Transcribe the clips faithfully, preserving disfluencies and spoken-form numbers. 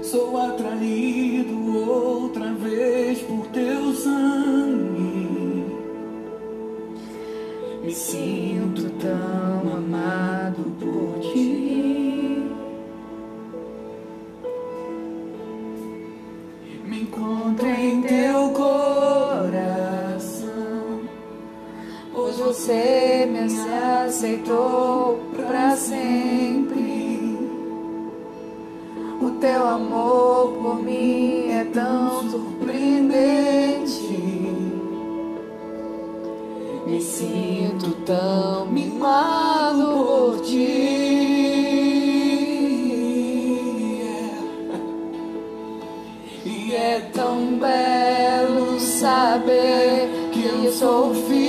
Sou atraído outra vez por teu sangue. Me sinto tão amado por ti. Me encontro em teu coração, pois você me aceitou pra sempre. O teu amor por mim é tão surpreendente. Me sinto tão mimado por ti. E é tão belo saber que eu sou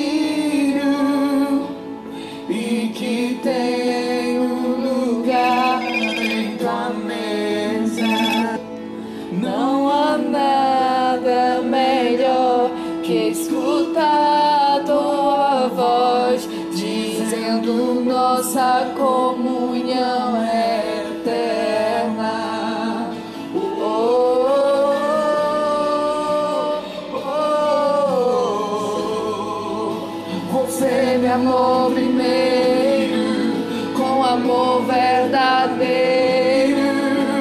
filho e que tenho lugar em tua mesa. Não há nada melhor que escutar tua voz dizendo nossa comunhão é eterna. Oh, oh, oh. Você me amou primeiro com amor verdadeiro.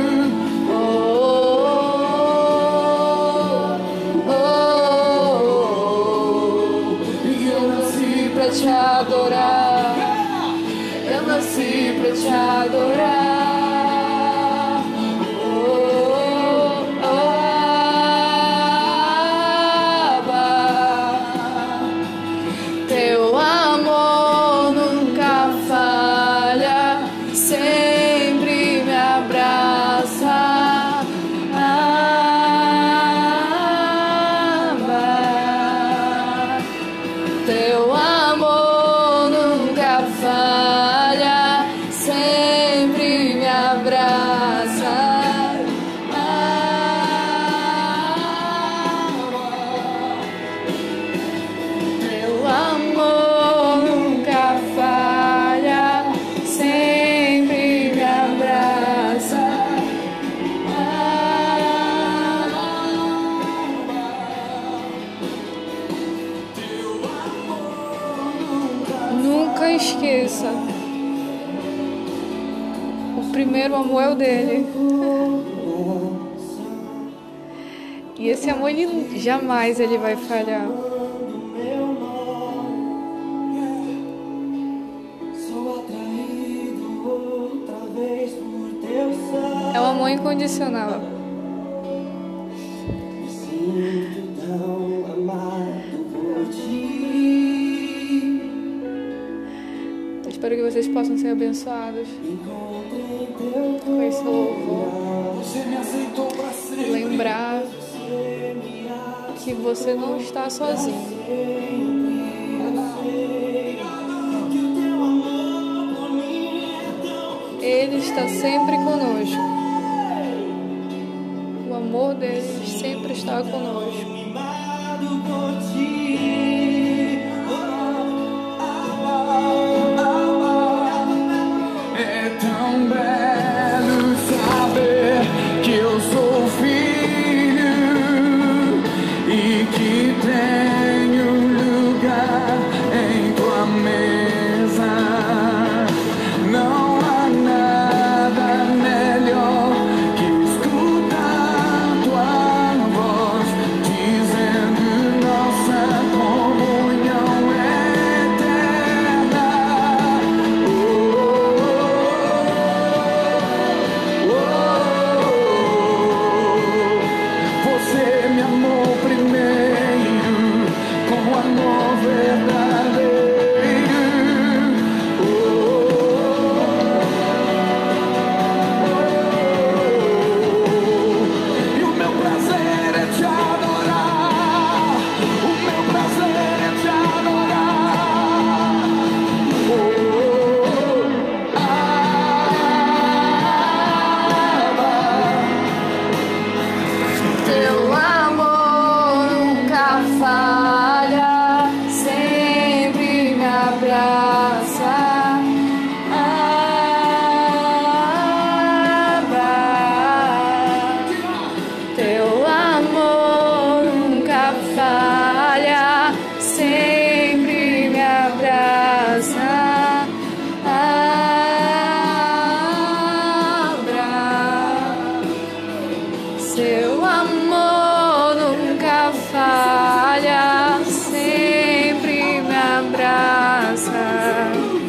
Te adorar, eu nasci pra te adorar. Oh, oh, oh, teu amor nunca falha, sempre me abraça. Abba, teu amor nunca falha, sempre me abraça. Teu amor nunca falha, sempre me abraça. Nunca esqueça, o primeiro amor é o dele. E esse amor, ele, jamais ele vai falhar. É um amor incondicional. Espero que vocês possam ser abençoados com esse louvor. Lembrar que você não está sozinho. Ele está sempre conosco. O amor dele sempre está conosco. É tão belo saber que eu sou filho e que tenho lugar em tua mesa. Não há nada melhor que escutar tua voz dizendo nossa comunhão é eterna. Oh, oh, oh. Senhor.